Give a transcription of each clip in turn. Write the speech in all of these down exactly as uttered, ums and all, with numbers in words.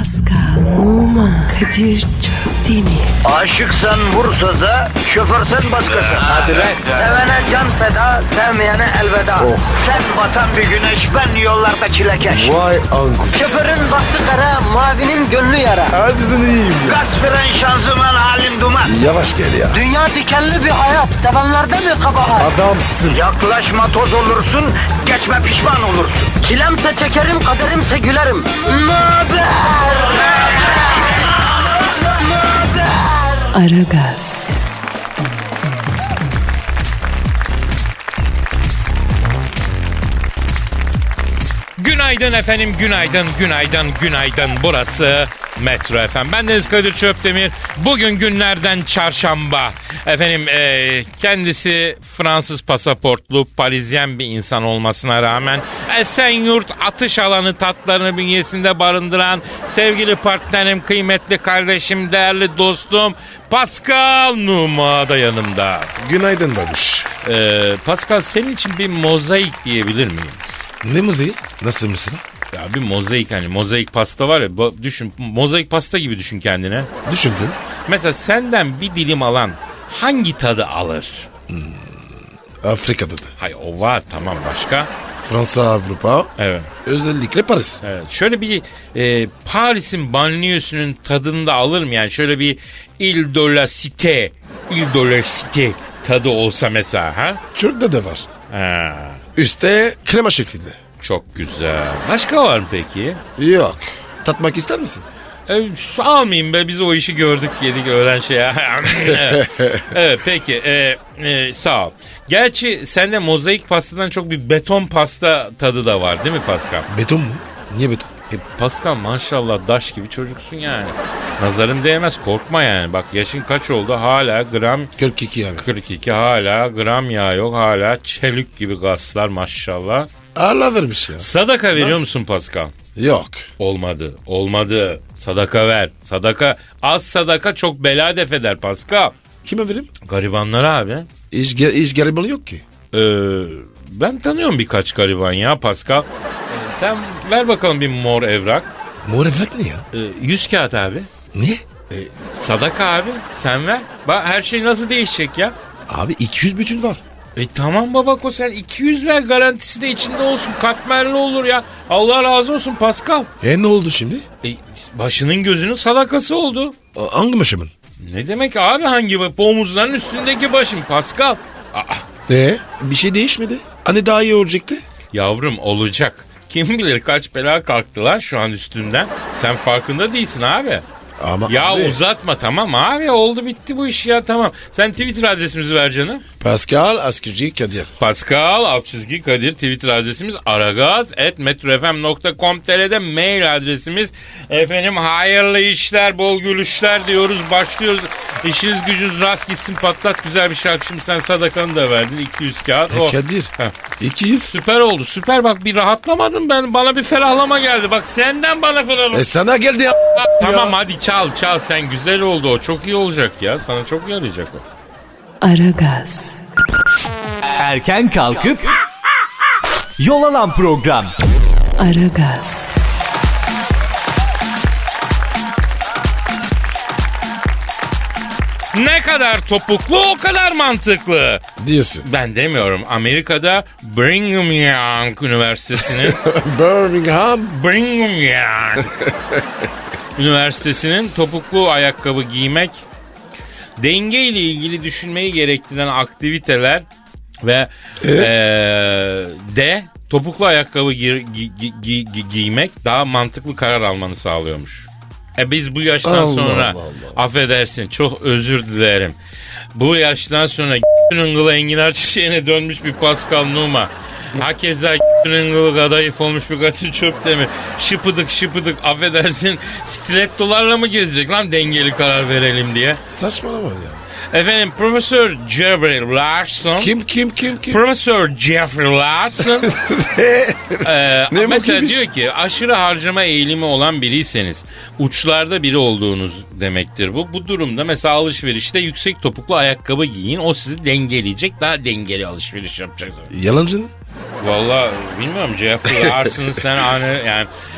Pascal, Oman, Kadir çok değil mi? Aşıksan vursa da, şoförsen başkasın. Hadi lan. Sevene can feda, sevmeyene elveda. Oh. Sen batan bir güneş, ben yollarda çilekeş. Vay anku. Şoförün baktı kara, mavinin gönlü yara. Hadi sen iyiyim ya. Kasperen şanzıman halin duman. Yavaş gel ya. Dünya dikenli bir hayat, sevenlerde mi kabahar? Adamsın. Yaklaşma toz olursun, geçme pişman olursun. Çilemse çekerim, kaderimse gülerim. Möber! Aragaz. Günaydın efendim, günaydın, günaydın, günaydın. Burası Metro F M. Ben Deniz Kadir Çöpdemir. Bugün günlerden çarşamba. Efendim e, kendisi Fransız pasaportlu, Parisyen bir insan olmasına rağmen Esenyurt atış alanı tatlarını bünyesinde barındıran sevgili partnerim, kıymetli kardeşim, değerli dostum Pascal Numa da yanımda. Günaydın babuş. E, Pascal, senin için bir mozaik diyebilir miyim? Ne müziği? Nasıl mesela? Ya bir mozaik, hani mozaik pasta var ya, düşün, mozaik pasta gibi düşün kendine. Düşündün. Mesela senden bir dilim alan hangi tadı alır? Hmm, Afrika'da da. Hayır, o var, tamam, başka? Fransa, Avrupa. Evet. Özellikle Paris. Evet. Şöyle bir e, Paris'in banliyösünün tadını da alır mı? Yani şöyle bir Ile de la Cité, Ile de la Cité tadı olsa mesela, ha? Şurada da var. Ha. Üste krema şeklinde. Çok güzel. Başka var mı peki? Yok. Tatmak ister misin? E, almayayım be, biz o işi gördük, yedik, öğren şey ya. Evet. Evet, peki e, e, sağ ol. Gerçi sende mozaik pastadan çok bir beton pasta tadı da var değil mi Pascal? Beton mu? Niye beton? E, Pascal maşallah daş gibi çocuksun yani. Nazarın değmez, korkma yani. Bak yaşın kaç oldu, hala gram kırk iki abi. kırk iki, hala gram yağ yok, hala çelik gibi gaslar maşallah. Allah vermiş ya. Sadaka veriyor musun Pascal? Yok. Olmadı, olmadı. Sadaka ver. Sadaka, az sadaka çok bela def eder Pascal. Kime vereyim? Garibanlara abi. Hiç, hiç garibanı yok ki. Ee, ben tanıyorum birkaç gariban ya Pascal. Ee, sen ver bakalım bir mor evrak. Mor evrak ne ya? Ee, yüz kağıt abi. Ne? Ee, sadaka abi, sen ver. Bak her şey nasıl değişecek ya. Abi iki yüz bütün var. E tamam babako, sen iki yüz ver, garantisi de içinde olsun, katmerli olur ya. Allah razı olsun Pascal. E ne oldu şimdi? E, başının gözünün sadakası oldu. A- hangi başımın? Ne demek abi hangi baş? Omuzların üstündeki başım Pascal. Aa, Ne? Bir şey değişmedi. Hani daha iyi olacaktı? yavrum olacak. Kim bilir kaç bela kalktılar şu an üstünden. Sen farkında değilsin abi. Ama Ya abi, uzatma, tamam abi, oldu bitti bu iş ya, tamam. Sen Twitter adresimizi ver canım. Pascal Askizci Kadir. Pascal alt çizgi Kadir Twitter adresimiz. Aragaz at metrofm nokta com nokta tr'de mail adresimiz. Efendim hayırlı işler, bol gülüşler diyoruz, başlıyoruz. İşiniz gücünüz rast gitsin, patlat güzel bir şarkı. Şimdi sen sadakanı da verdin, iki yüz kağıt. E, Oh. Kadir. Heh. iki yüz. Süper oldu, süper, bak bir rahatlamadım ben, bana bir ferahlama geldi. Bak senden bana ferahlama. E sana geldi ya. Tamam ya. hadi çal çal, sen güzel oldu, o çok iyi olacak ya, sana çok yarayacak o. Aragaz. Erken kalkıp yol alan program. Aragaz. Ne kadar topuklu o kadar mantıklı Diyorsun. ben demiyorum. Amerika'da Brigham Young Üniversitesi'nin Birmingham. Brigham Young Üniversitesi'nin topuklu ayakkabı giymek, denge ile ilgili düşünmeyi gerektiren aktiviteler ve Ee? ee, de topuklu ayakkabı gi- gi- gi- gi- gi- giymek daha mantıklı karar almanı sağlıyormuş. E biz bu yaştan Allah sonra Allah Allah. affedersin, çok özür dilerim. Bu yaştan sonra g***ın enginar çiçeğine dönmüş bir Pascal Numa. Hakeza g***ın kılı kadayıf olmuş bir Kadir Çöpdemir. Şıpıdık şıpıdık affedersin stilettolarla mı gezecek lan dengeli karar verelim diye. Saçmalama ya. Efendim Profesör Jeffrey Larson. Kim kim kim kim? Profesör Jeffrey Larson. ee, Ne mesela bakayım? diyor ki aşırı harcama eğilimi olan biriyseniz uçlarda biri olduğunuz demektir bu. Bu durumda mesela alışverişte yüksek topuklu ayakkabı giyin. O sizi dengeleyecek, daha dengeli alışveriş yapacaksınız. Yalancı mı? Vallahi bilmiyorum Jeffrey Larson'ı sen hani yani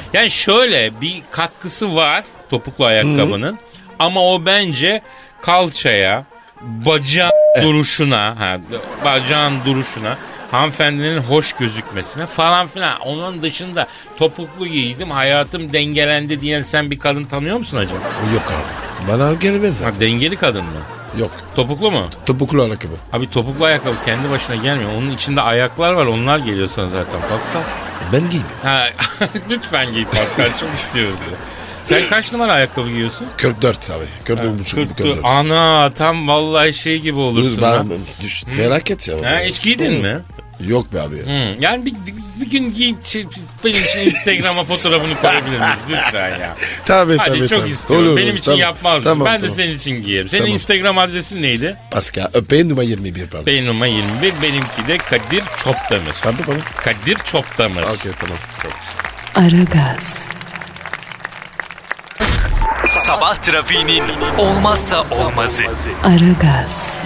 Yani şöyle bir katkısı var topuklu ayakkabının. Hı. Ama o bence kalçaya, bacağın duruşuna, ha, bacağın duruşuna, hanımefendinin hoş gözükmesine falan filan. Onun dışında topuklu giydim, hayatım dengelendi diyen sen bir kadın tanıyor musun acaba? Yok abi. Bana gelmez abi. Ha, dengeli kadın mı? Yok. Topuklu mu? Topuklu ayakkabı. Abi topuklu ayakkabı kendi başına gelmiyor. Onun içinde ayaklar var, onlar geliyor sana zaten Pascal. Ben giyeyim. Ha, lütfen giy Pascal, çok istiyoruz diyor. Sen kaç numara ayakkabı giyiyorsun? kırk dört abi. kırk dört buçuk. kırk dört. Ana tam vallahi şey gibi olursun. Ben, felaket ya. Ha, hiç giydin Hı. mi? Yok be abi. Hı. Yani bir, bir, bir gün giyip şey, benim için Instagram'a fotoğrafını koyabilir miyiz? Lütfen ya. Tabii Hadi tabii. çok tabii. istiyorum. Olur, benim için tamam, yapmaz tamam, Ben tamam. de senin için giyerim. Senin Tamam. Instagram adresin neydi? Pascal. Öpeyin numara yirmi bir pardon. Benim yirmi bir. Benimki de Kadir Çopdemir. Tabii tabii. Kadir Çopdemir. Okey tamam. Aragaz. Sabah trafiğinin olmazsa olmazı. Aragaz.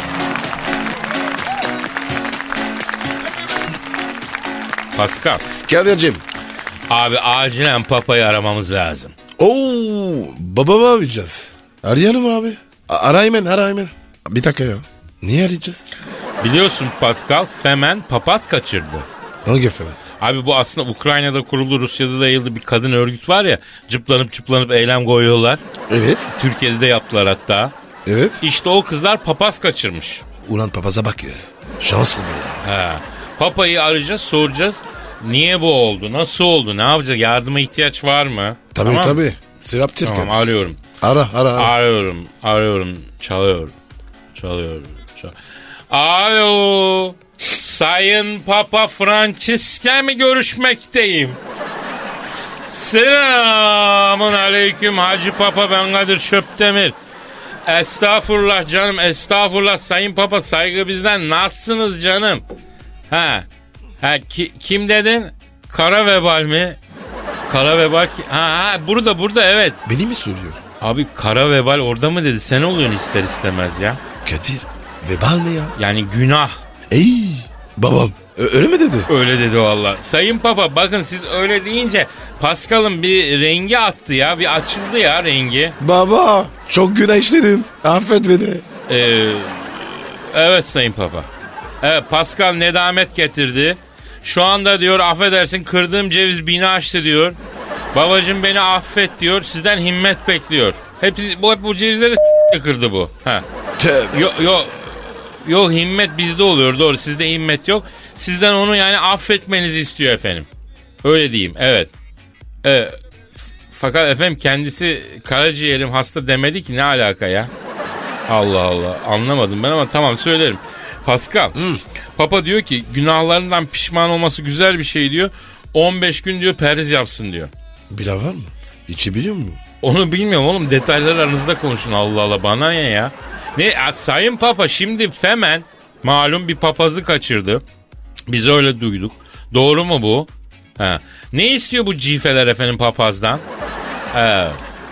Pascal. Kadir'cim. Abi acilen papayı aramamız lazım. Oo, baba mı arayacağız? Arayalım abi. A- ara hemen ara hemen. Bir dakika ya. Niye arayacağız? Biliyorsun Pascal, Femen papaz kaçırdı. Hangi efendim? Abi bu aslında Ukrayna'da kuruldu, Rusya'da da yayıldı bir kadın örgüt var ya. Cıplanıp cıplanıp eylem koyuyorlar. Evet. Türkiye'de de yaptılar hatta. Evet. İşte o kızlar papaz kaçırmış. Ulan papaza bak ya. Şanslı be ya. Ha. Papayı arayacağız, soracağız. Niye bu oldu? Nasıl oldu? Ne yapacağız? Yardıma ihtiyaç var mı? Tabii tamam. tabii. Sevaptır Tamam kardeşim. arıyorum. Ara ara ara. Arıyorum. Arıyorum. Çalıyor. Çalıyor. Çal- Alo. Sayın Papa Francisca mı görüşmekteyim? Selamun aleyküm Hacı Papa, ben Kadir Çöptemir. Estağfurullah canım, estağfurullah Sayın Papa, saygı bizden. Nasılsınız canım? Ha. Ha ki, kim dedin? Kara vebal mi? Kara vebal ki? Ha, ha burada burada evet. Beni mi soruyor? Abi kara vebal orada mı dedi? Sen oluyorsun ister istemez ya. Kadir. Vebal ne ya? Yani günah. Ey babam. Ö- öyle mi dedi? Öyle dedi valla. Sayın Papa bakın siz öyle deyince Pascal'ın bir rengi attı ya. Bir açıldı ya rengi. Baba çok günah işledim. Affet beni. Ee, evet Sayın Papa. Evet Pascal nedamet getirdi. Şu anda diyor affedersin kırdığım ceviz bini açtı diyor. Babacım beni affet diyor. Sizden himmet bekliyor. Hep bu, hep bu cevizleri s- kırdı bu. Ha. Tövbe. Yok yok. Yok himmet bizde oluyor doğru, sizde himmet yok. Sizden onu yani affetmenizi istiyor efendim. Öyle diyeyim evet. Ee, fakat efendim kendisi karaciğerim hasta demedi ki, ne alaka ya? Allah Allah anlamadım ben ama tamam söylerim. Pascal hmm. Papa diyor ki günahlarından pişman olması güzel bir şey diyor. on beş gün diyor periz yapsın diyor. Bira var mı? İçi biliyor musun? Onu bilmiyorum oğlum, detayları aranızda konuşun, Allah Allah bana ne ya. Ne ya, Sayın Papa şimdi Femen malum bir papazı kaçırdı. Biz öyle duyduk. Doğru mu bu? Ha. Ne istiyor bu cifeler efendim papazdan? Evet.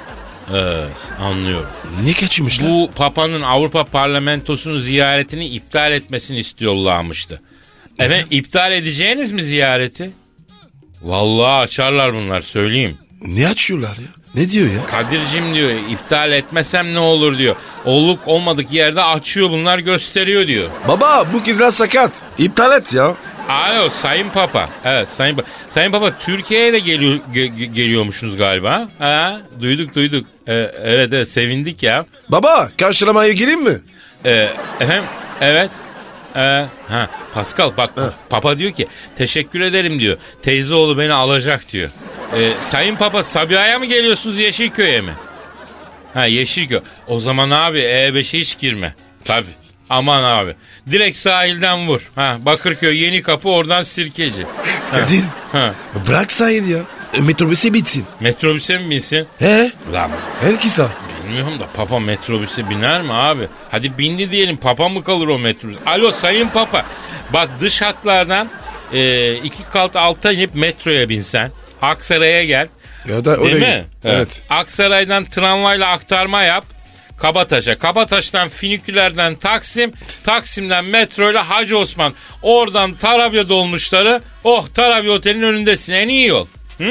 Evet anlıyorum. Ne kaçırmışlar? Bu papanın Avrupa Parlamentosu'nun ziyaretini iptal etmesini istiyorlarmıştı. Efendim iptal edeceğiniz mi ziyareti? Vallahi açarlar bunlar söyleyeyim. Ne açıyorlar ya? Ne diyor ya? Kadir'cim diyor iptal etmesem ne olur diyor. Olluk olmadık yerde açıyor bunlar, gösteriyor diyor. Baba bu kızlar sakat. İptal et ya. Alo Sayın Papa. Evet Sayın Papa. Sayın Papa Türkiye'ye de geliyor, ge- geliyormuşsunuz galiba. Ha, duyduk duyduk. Ee, evet evet sevindik ya. Baba karşılamaya gireyim mi? Ee, efendim evet. Ee, ha Pascal bak ha. Papa diyor ki teşekkür ederim diyor. Teyzeoğlu beni alacak diyor. Ee, Sayın Papa Sabiha'ya mı geliyorsunuz Yeşilköy'e mi? Ha Yeşilköy. O zaman abi E beşe hiç girme. Tabii. Aman abi. Direkt sahilden vur. Ha Bakırköy Yenikapı oradan Sirkeci. Kadir. Ha. Bırak sahil ya. E, metrobüse bitsin. Metrobüse mi binsin? He? Lan Herkese. bilmiyorum da Papa metrobüse biner mi abi? Hadi bindi diyelim, Papa mı kalır o metrobüs? Alo Sayın Papa. Bak dış hatlardan e, iki kalt alta inip metroya binsen. Aksaray'a gel. Ya da Değil oraya mi? git. Evet. Aksaray'dan tramvayla aktarma yap. Kabataş'a. Kabataş'tan finikülerden Taksim. Taksim'den metroyla Hacı Osman. Oradan Tarabya dolmuşları. Oh Tarabya Otel'in önündesin. En iyi yol. Hı?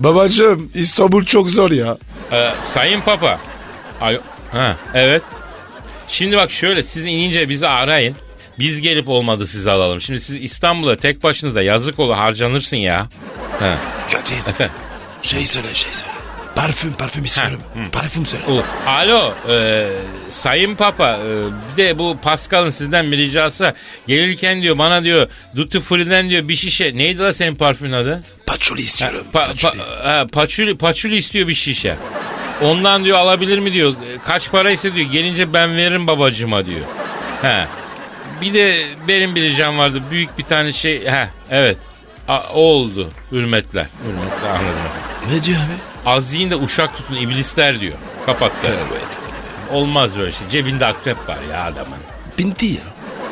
Babacığım İstanbul çok zor ya. Ee, Sayın Papa. Alo. Ha, evet. Şimdi bak şöyle, siz inince bizi arayın. Biz gelip olmadı sizi alalım. Şimdi siz İstanbul'a tek başınıza yazık olur, harcanırsın ya. Ha. Kadir. Efendim. Şey söyle şey söyle. Parfüm parfüm istiyorum. Parfüm söyle. O, alo e, Sayın Papa, e, bir de bu Pascal'ın sizden bir ricası var. Gelirken diyor bana diyor Duty Free'den diyor bir şişe, neydi la senin parfümün adı? Paçuli istiyorum. Pa, paçuli. pa, ha, paçuli, paçuli istiyor bir şişe. Ondan diyor alabilir mi diyor. Kaç paraysa diyor gelince ben veririm babacığıma diyor. He. Bir de benim bir ricam vardı. Büyük bir tane şey. He, evet. A, o oldu. Hürmetler. Hürmetler, anladım. Ne diyor abi? Az yiyin de uşak tutun iblisler diyor. Kapattı. Tövbe tövbe. Olmaz böyle şey. Cebinde akrep var ya adamın. Pinti ya.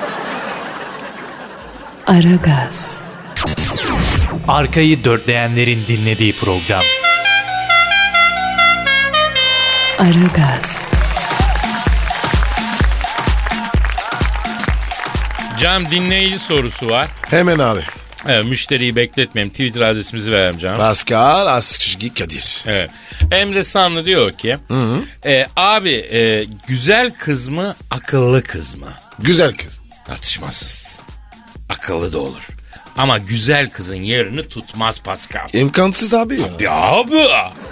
Aragaz, Arkayı dörtleyenlerin dinlediği program. Aragaz, Cam, dinleyici sorusu var. Hemen abi. Evet, müşteriyi bekletmeyeyim. Twitter adresimizi verelim Cam. Pascal Askışgi Kadir. Evet. Emre Sanlı diyor ki e, abi e, güzel kız mı akıllı kız mı? Güzel kız. Tartışmasız. Akıllı da olur. Ama güzel kızın yerini tutmaz Pascal. İmkansız abi ya. Ya abi.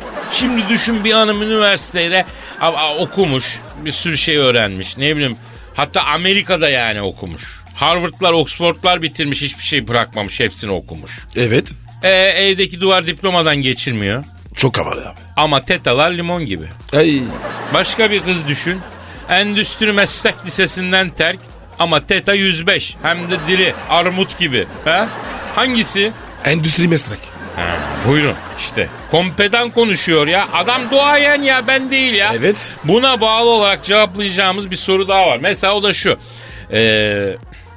Şimdi düşün, bir hanım üniversitede a, a, okumuş. Bir sürü şey öğrenmiş. Ne bileyim, hatta Amerika'da yani okumuş. Harvard'lar, Oxford'lar bitirmiş, hiçbir şey bırakmamış, hepsini okumuş. Evet. E, evdeki duvar diplomadan geçirmiyor. Çok havalı abi. Ama tetalar limon gibi. Ay. Başka bir kız düşün. Endüstri Meslek Lisesi'nden terk ama teta yüz beş. Hem de diri, armut gibi. Ha? Hangisi? Endüstri meslek. Ha, buyurun işte. Kompedan konuşuyor ya. Adam duayen ya, ben değil ya. Evet. Buna bağlı olarak cevaplayacağımız bir soru daha var. Mesela o da şu. Ee,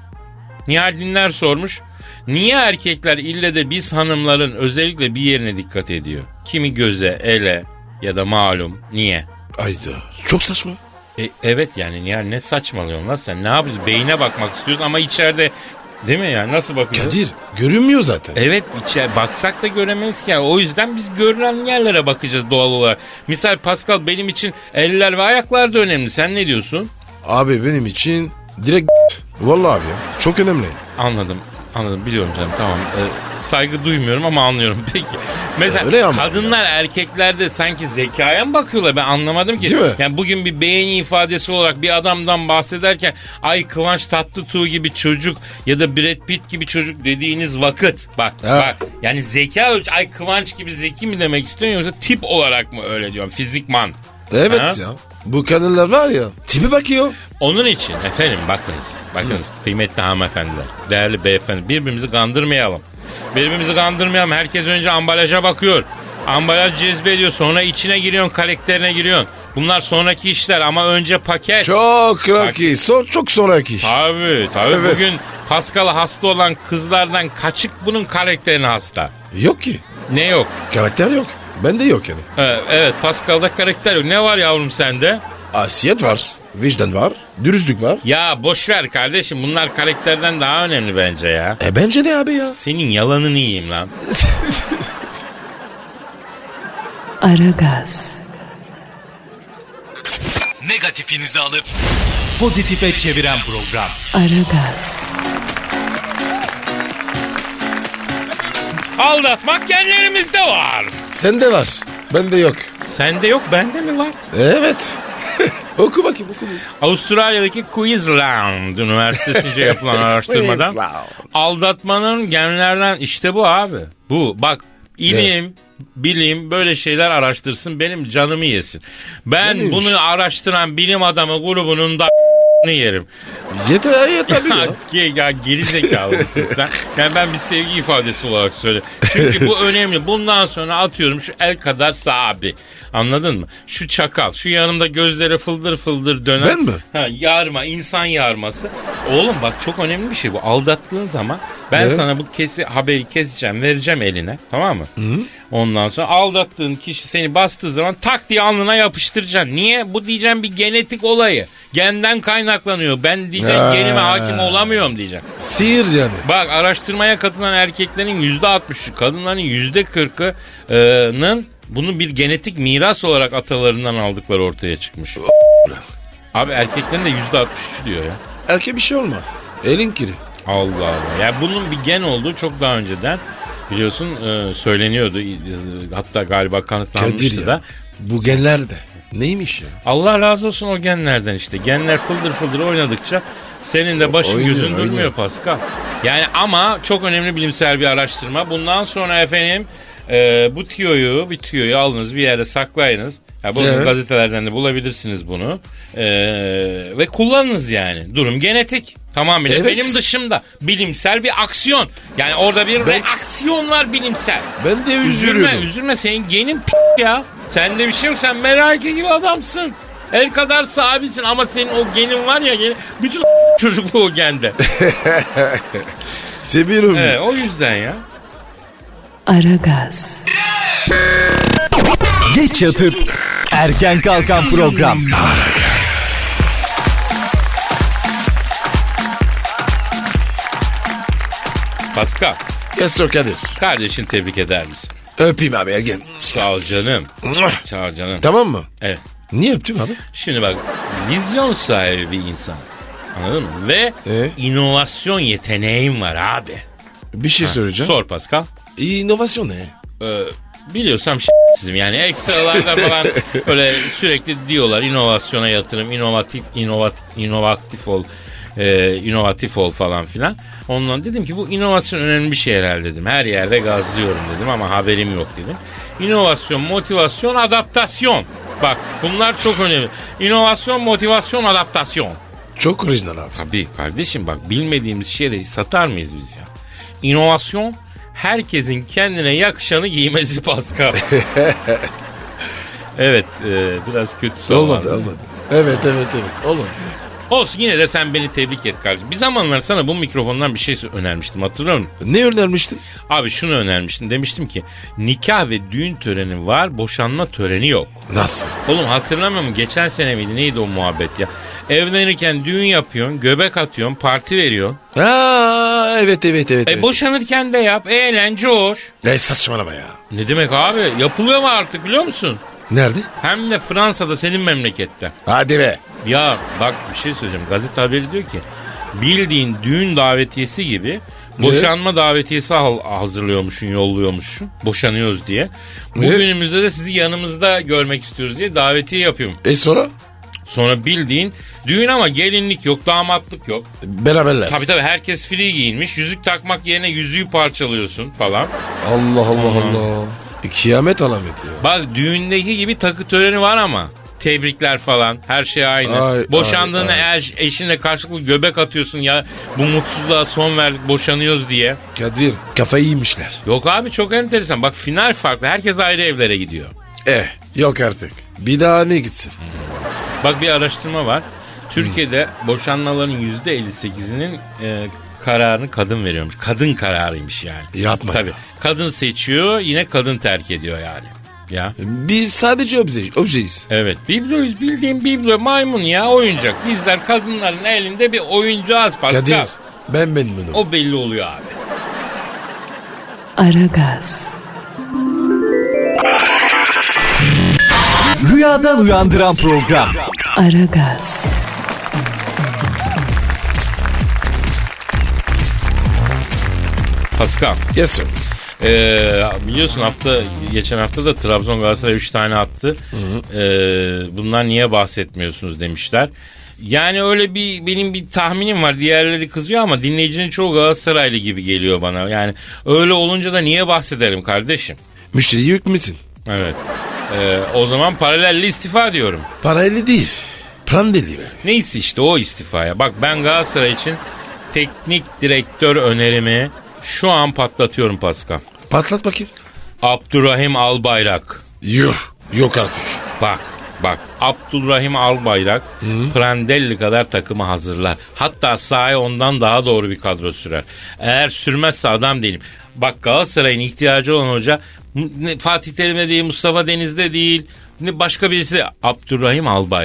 Nihal Dinler sormuş. Niye erkekler ille de biz hanımların özellikle bir yerine dikkat ediyor? Kimi göze, ele ya da malum. Niye? Ayda. Çok saçma. E, evet yani Nihal, ne saçmalıyorsun lan sen? Ne yapıyorsun? Beyine bakmak istiyoruz ama içeride, değil mi yani? Nasıl bakıyoruz? Kadir görünmüyor zaten. Evet, içer, baksak da göremeyiz ki. Yani. O yüzden biz görünen yerlere bakacağız doğal olarak. Misal Pascal, benim için eller ve ayaklar da önemli. Sen ne diyorsun? Abi benim için direkt vallahi abi ya. Çok önemli. Anladım. Anladım, biliyorum canım, tamam. Ee, saygı duymuyorum ama anlıyorum. Peki. Mesela Öyle ama. kadınlar erkeklerde sanki zekaya mı bakıyorlar? Ben anlamadım ki. Değil mi? Yani bugün bir beğeni ifadesi olarak bir adamdan bahsederken ay Kıvanç Tatlıtuğ gibi çocuk ya da Brad Pitt gibi çocuk dediğiniz vakit bak Ha. bak yani zeka ölç, ay Kıvanç gibi zeki mi demek istiyorsun yoksa tip olarak mı öyle diyorum, fizikman? Evet Ha? ya. Bu kadınlar var ya. Tipi bakıyor. Onun için efendim bakınız, bakınız Hı. kıymetli hanımefendiler, değerli beyefendi, birbirimizi kandırmayalım. Birbirimizi kandırmayalım. Herkes önce ambalaja bakıyor. Ambalaj cezbediyor, sonra içine giriyorsun, karakterine giriyorsun. Bunlar sonraki işler ama önce paket. Çok sonraki. So, çok sonraki. Tabii tabii. Evet. Bugün Pascal'a hasta olan kızlardan kaçık bunun karakterine hasta? Yok ki. Ne yok? Karakter yok. Bende yok yani. Evet, evet, Pascal'da karakter yok. Ne var yavrum sende? Asiyet var. Vicdan var. Dürüstlük var. Ya boş ver kardeşim, bunlar karakterden daha önemli bence ya. E bence de abi ya. Senin yalanını yiyeyim lan. Aragaz, Negatifinizi alıp pozitife çeviren program. Aragaz, Aldatmak genlerimizde var. Sende var. Bende yok. Sende yok, bende mi var? Evet. Oku bakayım oku. Avustralya'daki Queensland Üniversitesi'nce yapılan araştırmadan aldatmanın genlerden, işte bu abi. Bu bak, ilim, evet. bilim böyle şeyler araştırsın, benim canımı yesin. Ben bunu araştıran bilim adamı grubunun da yerim. Yeter yeter ya. ya, ya geri zekalı mısın sen? Yani ben bir sevgi ifadesi olarak söylüyorum. Çünkü bu önemli. Bundan sonra atıyorum şu el kadar sahibi. Anladın mı? Şu çakal, şu yanımda gözleri fıldır fıldır dönen. Ben mi? Ha, yarma, insan yarması. Oğlum bak, çok önemli bir şey bu. Aldattığın zaman ben evet. sana bu kesi haberi keseceğim, vereceğim eline. Tamam mı? Hı. Ondan sonra aldattığın kişi seni bastığı zaman tak diye alnına yapıştıracaksın. Niye? Bu diyeceğim bir genetik olayı. Genden kaynaklanıyor. Ben diyeceğim Ha. genime hakim olamıyorum diyeceğim. Sihir yani. Bak araştırmaya katılan erkeklerin yüzde altmışı, kadınların yüzde kırkının bunu bir genetik miras olarak atalarından aldıkları ortaya çıkmış. Abi erkeklerin de yüzde altmış üç diyor ya. Erkeğe bir şey olmaz. Elin kiri. Allah Allah. Yani bunun bir gen olduğu çok daha önceden biliyorsun e, söyleniyordu. Hatta galiba Kadir kanıtlanmıştı ya. da. Bu genlerde neymiş ya? Allah razı olsun o genlerden işte. Genler fıldır fıldır oynadıkça senin de başın Oynuyor, gözün oynuyor. durmuyor Pascal. Yani ama çok önemli bilimsel bir araştırma. Bundan sonra efendim e, bu tüyoyu, bir tüyoyu alınız bir yere saklayınız. Ya bu Evet. gazetelerden de bulabilirsiniz bunu. E, ve kullanınız yani. Durum genetik. Tamamıyla Evet. benim dışımda. Bilimsel bir aksiyon. Yani orada bir Ben- reaksiyon var bilimsel. Ben de Üzülme, üzülüyorum. üzülme. Senin genin p- ya. Sende bir şey yok. Sen merak gibi adamsın. El kadar sahibisin ama senin o genin var ya, genin, bütün çocukluğu o gende. Seviyorum. Evet, o yüzden ya. Aragaz, Geç yatıp erken kalkan program. Pascal, Yes sir Kadir. kardeşini tebrik eder misin? Öpeyim abi Ergen. Sağ ol canım. Sağ ol canım. Tamam mı? Evet. Niye öptüm abi? Şimdi bak, vizyon sahibi bir insan. Anladın mı? Ve Ee? inovasyon yeteneğin var abi. Bir şey söyleyeceğim. Sor Pascal. İnovasyon ne? Ee, biliyorsam sizim yani ekstralarda falan öyle sürekli diyorlar inovasyona yatırım, inovatif, inovatif, inovatif ol, e, inovatif ol falan filan. Ondan dedim ki bu inovasyon önemli bir şey herhalde dedim. Her yerde gazlıyorum dedim ama haberim yok dedim. İnovasyon, motivasyon, adaptasyon. Bak bunlar çok önemli. İnovasyon, motivasyon, adaptasyon. Çok orijinal abi. Tabii kardeşim bak bilmediğimiz şeyleri satar mıyız biz ya? İnovasyon herkesin kendine yakışanı giymesi Pascal. Evet e, biraz kötü Olmadı olmadı. olmadı. Evet evet evet olmadı. Olsun yine de sen beni tebrik et kardeşim. Bir zamanlar sana bu mikrofondan bir şey önermiştim hatırlıyor musun? Ne önermiştin? Abi şunu önermiştim demiştim ki nikah ve düğün töreni var boşanma töreni yok. Nasıl? Oğlum hatırlamıyor musun? Geçen sene miydi? Neydi o muhabbet ya? Evlenirken düğün yapıyorsun, göbek atıyorsun, parti veriyorsun. Aa evet evet evet. E evet. boşanırken de yap. Eğlence hoş. Ne saçmalama ya. Ne demek abi? Yapılıyor mu artık biliyor musun? Nerede? Hem de Fransa'da senin memlekette. Hadi be. Ya bak bir şey söyleyeceğim. Gazete haberi diyor ki bildiğin düğün davetiyesi gibi boşanma davetiyesi ha- hazırlıyormuşsun, yolluyormuşsun. Boşanıyoruz diye. Bugünümüzde de sizi yanımızda görmek istiyoruz diye davetiye yapıyorum. E sonra? Sonra bildiğin düğün ama gelinlik yok, damatlık yok. Beraberler. Tabii tabii herkes free giyinmiş. Yüzük takmak yerine yüzüğü parçalıyorsun falan. Allah Allah Allah. E, kıyamet alameti ya. Bak düğündeki gibi takı töreni var ama. Tebrikler falan. Her şey aynı. Ay, Boşandığında ay, ay. eğer eşinle karşılıklı göbek atıyorsun ya bu mutsuzluğa son verdik boşanıyoruz diye. Kadir kafayı yemişler. Yok abi çok enteresan. Bak final farklı. Herkes ayrı evlere gidiyor. Eh yok artık. Bir daha ne gitsin? Bak bir araştırma var. Türkiye'de boşanmaların yüzde elli sekizinin e, kararını kadın veriyormuş. Kadın kararıymış yani. Yapma Tabii. ya. Kadın seçiyor yine kadın terk ediyor yani. Ya. Biz sadece obje, objeyiz. Evet. Bibloyuz bildiğin biblo maymun ya oyuncak. Bizler kadınların elinde bir oyuncağız Pascal. Kadir ben benim bunu. O belli oluyor abi. Aragaz, Rüyadan uyandıran program. Aragaz, Pascal. Yes sir. Ee, biliyorsun hafta geçen hafta da Trabzon Galatasaray üç tane attı. Ee, bunlar niye bahsetmiyorsunuz demişler. Yani öyle bir benim bir tahminim var. Diğerleri kızıyor ama dinleyicinin çoğu Galatasaraylı gibi geliyor bana. Yani öyle olunca da niye bahsedelim kardeşim? Müşteri yük müsün? Evet. Ee, o zaman paralelli istifa diyorum. Parayla değil. Prandeli mi? Neyse işte o istifaya. Bak ben Galatasaray için teknik direktör önerimi şu an patlatıyorum Pascal. Patlat bakayım. Abdurrahim Albayrak. Yuh. Yok artık. Bak bak Abdurrahim Albayrak Prandelli kadar takımı hazırlar. Hatta sahaya ondan daha doğru bir kadro sürer. Eğer sürmezse adam değilim. Bak Galatasaray'ın ihtiyacı olan hoca Fatih Terim'de değil, Mustafa Deniz'de değil, başka birisi Abdurrahim Albayrak.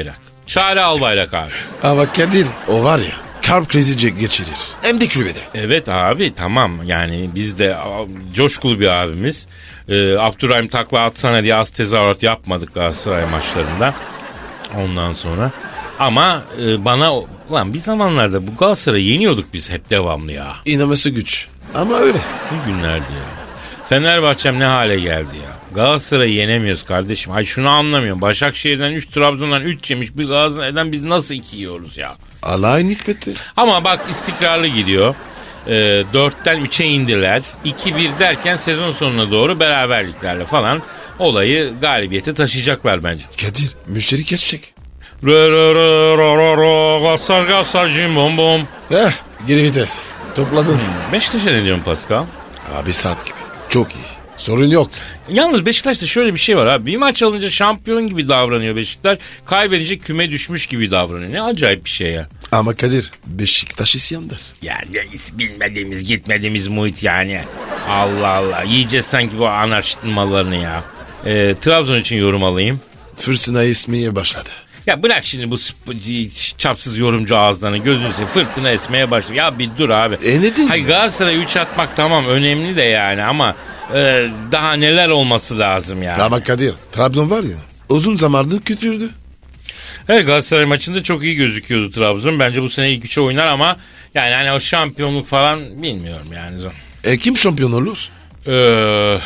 Çare Albayrak abi. Ama Kadir o var ya kalp krizi geçirir. Hem de kulübede. Evet abi tamam yani biz de a, coşkulu bir abimiz. Ee, Abdurrahim takla atsana diye az tezahürat yapmadık Galatasaray maçlarında. Ondan sonra. Ama e, bana lan bir zamanlarda bu Galatasaray'ı yeniyorduk biz hep devamlı ya. İnanması güç. Ama öyle. Bu günlerdi ya. Fenerbahçe'm ne hale geldi ya. Galatasaray'ı yenemiyoruz kardeşim. Ay şunu anlamıyorum. Başakşehir'den üç, Trabzon'dan üç yemiş. Bir Galatasaray'dan biz nasıl iki yiyoruz ya? Allah'ın hikmeti. Ama bak istikrarlı gidiyor. E, dörtten üçe indiler. iki bir derken sezon sonuna doğru beraberliklerle falan olayı galibiyete taşıyacaklar bence. Kadir müşteri geçecek. Rö rö rö rö rö rö gasar gasar cim bom bom. Heh geri vites. Topladın. Beşiktaş'a ne diyorsun Pascal? Abi saat gibi. Çok iyi. Sorun yok. Yalnız Beşiktaş'ta şöyle bir şey var abi. Bir maç alınca şampiyon gibi davranıyor Beşiktaş. Kaybedince küme düşmüş gibi davranıyor. Ne acayip bir şey ya. Ama Kadir Beşiktaş isyandır. Yani bilmediğimiz gitmediğimiz muhit yani. Allah Allah. Yiyeceğiz sanki bu anarşistin mallarını ya. Ee, Trabzon için yorum alayım. Fırtına esmeye başladı. Ya bırak şimdi bu sp- çapsız yorumcu ağızlarını gözünü seveyim. Fırtına esmeye başladı. Ya bir dur abi. E ne dedin? Hayır Galatasaray'a üç atmak tamam önemli de yani ama e, daha neler olması lazım yani. Ama Kadir Trabzon var ya uzun zamandır kötüydü. Evet Galatasaray maçında çok iyi gözüküyordu Trabzon. Bence bu sene ilk üçe oynar ama yani hani o şampiyonluk falan bilmiyorum yani. E kim şampiyon olur? Ee,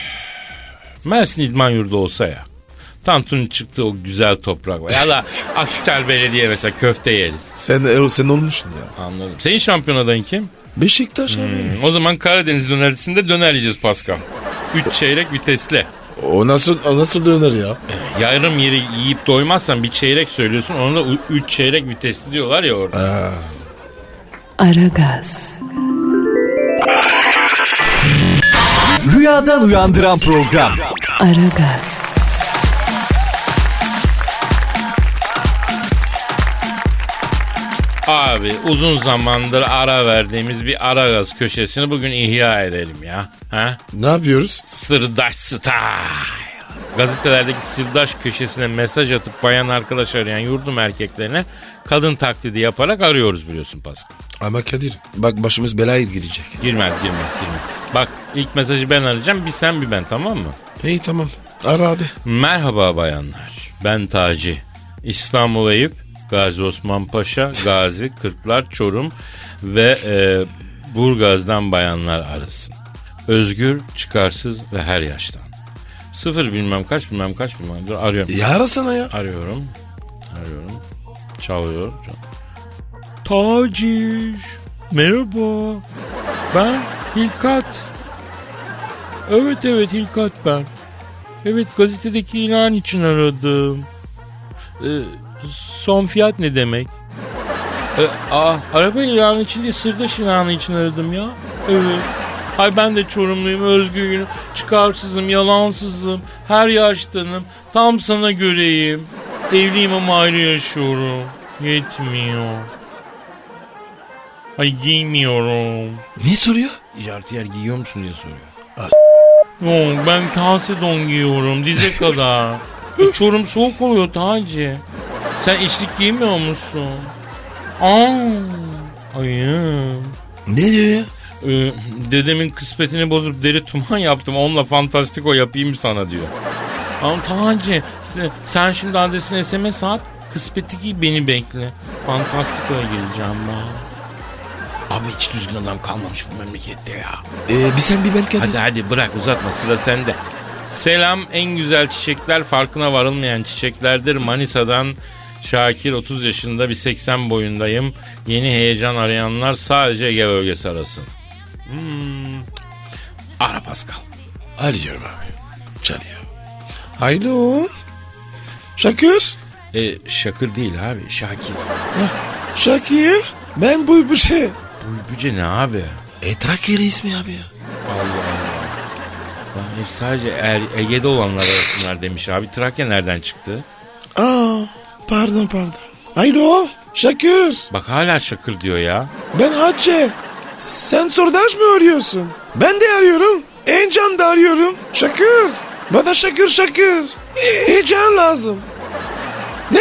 Mersin İdman Yurdu olsa ya. Tantun'un çıktığı o güzel toprakla. Ya da Aksel Belediye mesela köfte yeriz. Sen, sen olmuşsun ya. Anladım. Senin şampiyon adayın kim? Beşiktaş Hmm, abi. o zaman Karadeniz dönerisinde döner yiyeceğiz Pascal. Üç çeyrek vitesli. O nasıl o nasıl döner ya? Yarım yeri yiyip doymazsan bir çeyrek söylüyorsun. Onu da üç çeyrek vitesli diyorlar ya orada. Aa. Aragaz. Rüyadan uyandıran program. Aragaz. Abi uzun zamandır ara verdiğimiz bir Aragaz köşesini bugün ihya edelim ya. Ha? Ne yapıyoruz? Sırdaş Style. Gazetelerdeki sırdaş köşesine mesaj atıp bayan arkadaş arayan yurdum erkeklerine kadın taklidi yaparak arıyoruz biliyorsun Pascal. Ama Kadir bak başımız belaya girecek. Girmez girmez girmez. Bak ilk mesajı ben arayacağım bir sen bir ben tamam mı? İyi tamam ara hadi. Merhaba bayanlar ben Taci. İstanbul Eyüp, Gazi Osman Paşa, Gazi, Kırklar, Çorum ve e, Burgaz'dan bayanlar arasın. Özgür, çıkarsız ve her yaştan. Sıfır bilmem kaç bilmem kaç bilmem. Dur arıyorum. Ya arasana ya. Arıyorum. Arıyorum. Çalıyor. Taci. Merhaba. Ben Hilkat. Evet evet Hilkat ben. Evet gazetedeki ilan için aradım. Ee, son fiyat ne demek? Ee, aa, araba ilanı için değil sırdaş ilanı için aradım ya. Evet. Ay ben de Çorumluyum, özgürüm, çıkarsızım, yalansızım, her yaştanım, tam sana göreyim. Evliyim ama ayrı yaşıyorum. Yetmiyor. Ay giymiyorum. Ne soruyor? Jartiyer giyiyor musun diye soruyor. As- Yok ben kase don giyiyorum dize kadar. e, Çorum soğuk oluyor Taci. Sen içlik giymiyor musun? Aa, ayım. Ne diyor ya? Ee, dedemin kıspetini bozup deri tuman yaptım. Onunla fantastiko yapayım sana diyor. Ama Taci sen, sen şimdi adresine S M S at. Kıspeti giy beni bekle. Fantastiko'ya geleceğim ben. Abi hiç düzgün adam kalmamış bu memlekette ya. Ee, bir sen bir ben Kadir. Hadi hadi bırak uzatma sıra sende. Selam en güzel çiçekler farkına varılmayan çiçeklerdir. Manisa'dan Şakir otuz yaşında bir seksen boyundayım. Yeni heyecan arayanlar sadece Ege bölgesi arasın. Hmm. Ara Pascal. Arıyorum abi. Çalıyor. Alo. Şakir. E, Şakır değil abi Şakir. Şakir. Ben bu bir şey. Buybuce ne abi? E Trakya ismi abi ya. Allah Allah. Ben hep sadece er, Ege'de olanlar arasınlar demiş abi. Trakya nereden çıktı? Aa, pardon pardon. Alo. Şakir. Bak hala Şakır diyor ya. Ben Hacı. Sen sordaş mı arıyorsun? Ben de arıyorum. Encan da arıyorum. Şakir. Bana Şakir Şakir. E, Heyecan lazım. Ne?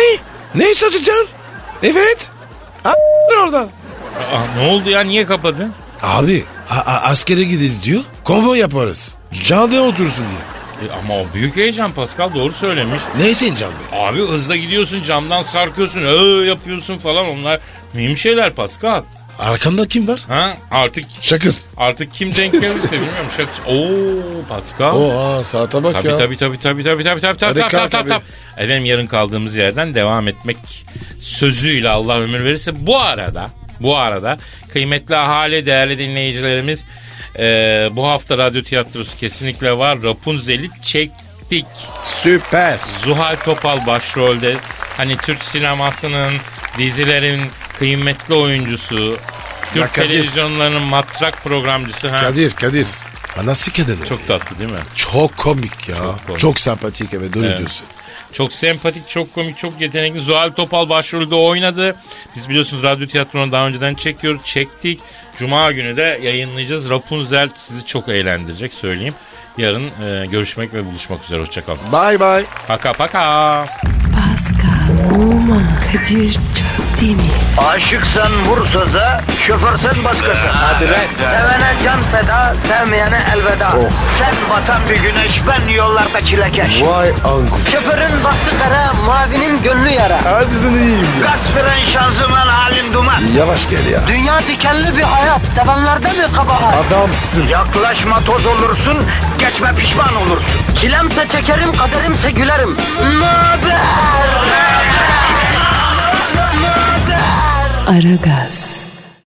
Ne iş açacaksın? Evet. A- orada. Aa, ne oldu ya, niye kapadın? Abi a- a- askere gideriz diyor. Konvoy yaparız. Canlıya oturursun diye. E, ama o büyük heyecan Pascal, doğru söylemiş. Neyse canlı. Abi hızla gidiyorsun, camdan sarkıyorsun, öö yapıyorsun falan, onlar mühim şeyler Pascal. Arkanda kim var? Ha artık Şakır. artık kim denk gelirse bilmiyorum. Şak Oo Pascal. Oha saate bak Tabii ya. tabii tabii tabii tabii tabii tabii Hadi tabii kalk tabii abi. tabii. Efendim yarın kaldığımız yerden devam etmek sözüyle, Allah ömür verirse. Bu arada bu arada kıymetli ahali, değerli dinleyicilerimiz, e, bu hafta radyo tiyatrosu kesinlikle var. Rapunzel'i çektik. Süper. Zuhal Topal başrolde. Hani Türk sinemasının, dizilerin kıymetli oyuncusu, Türk Ya Kadir. televizyonlarının matrak programcısı. Ha? Kadir Kadir. Ha, nasıl kadın? Çok tatlı değil mi? Çok komik ya. Çok, komik. sempatik evet doğru Evet. diyorsun. Çok sempatik, çok komik, çok yetenekli. Zuhal Topal başrolde oynadı. Biz biliyorsunuz radyo tiyatronu daha önceden çekiyoruz. Çektik. Cuma günü de yayınlayacağız. Rapunzel sizi çok eğlendirecek, söyleyeyim. Yarın e, görüşmek ve buluşmak üzere. Hoşçakalın. Bye bye. Paka paka. Pascal, Oman, Kadir çok değil mi? Aşıksan vursa da, şoförsen başkasın. Hadi lan. Sevene can feda, sevmeyene elveda. Sen batan bir güneş, ben yollarda çilekeş. Vay anku. Şoförün baktı kara, mavinin gönlü yara. Hadi sen iyiyim ya. Kasperen şanzıman halin duman. Yavaş gel ya. Dünya dikenli bir hayat, sevenlerde mi kabahar? Adamsın. Yaklaşma toz olursun, geçme pişman olursun. Çilemse çekerim, kaderimse gülerim. Möber! Aragaz.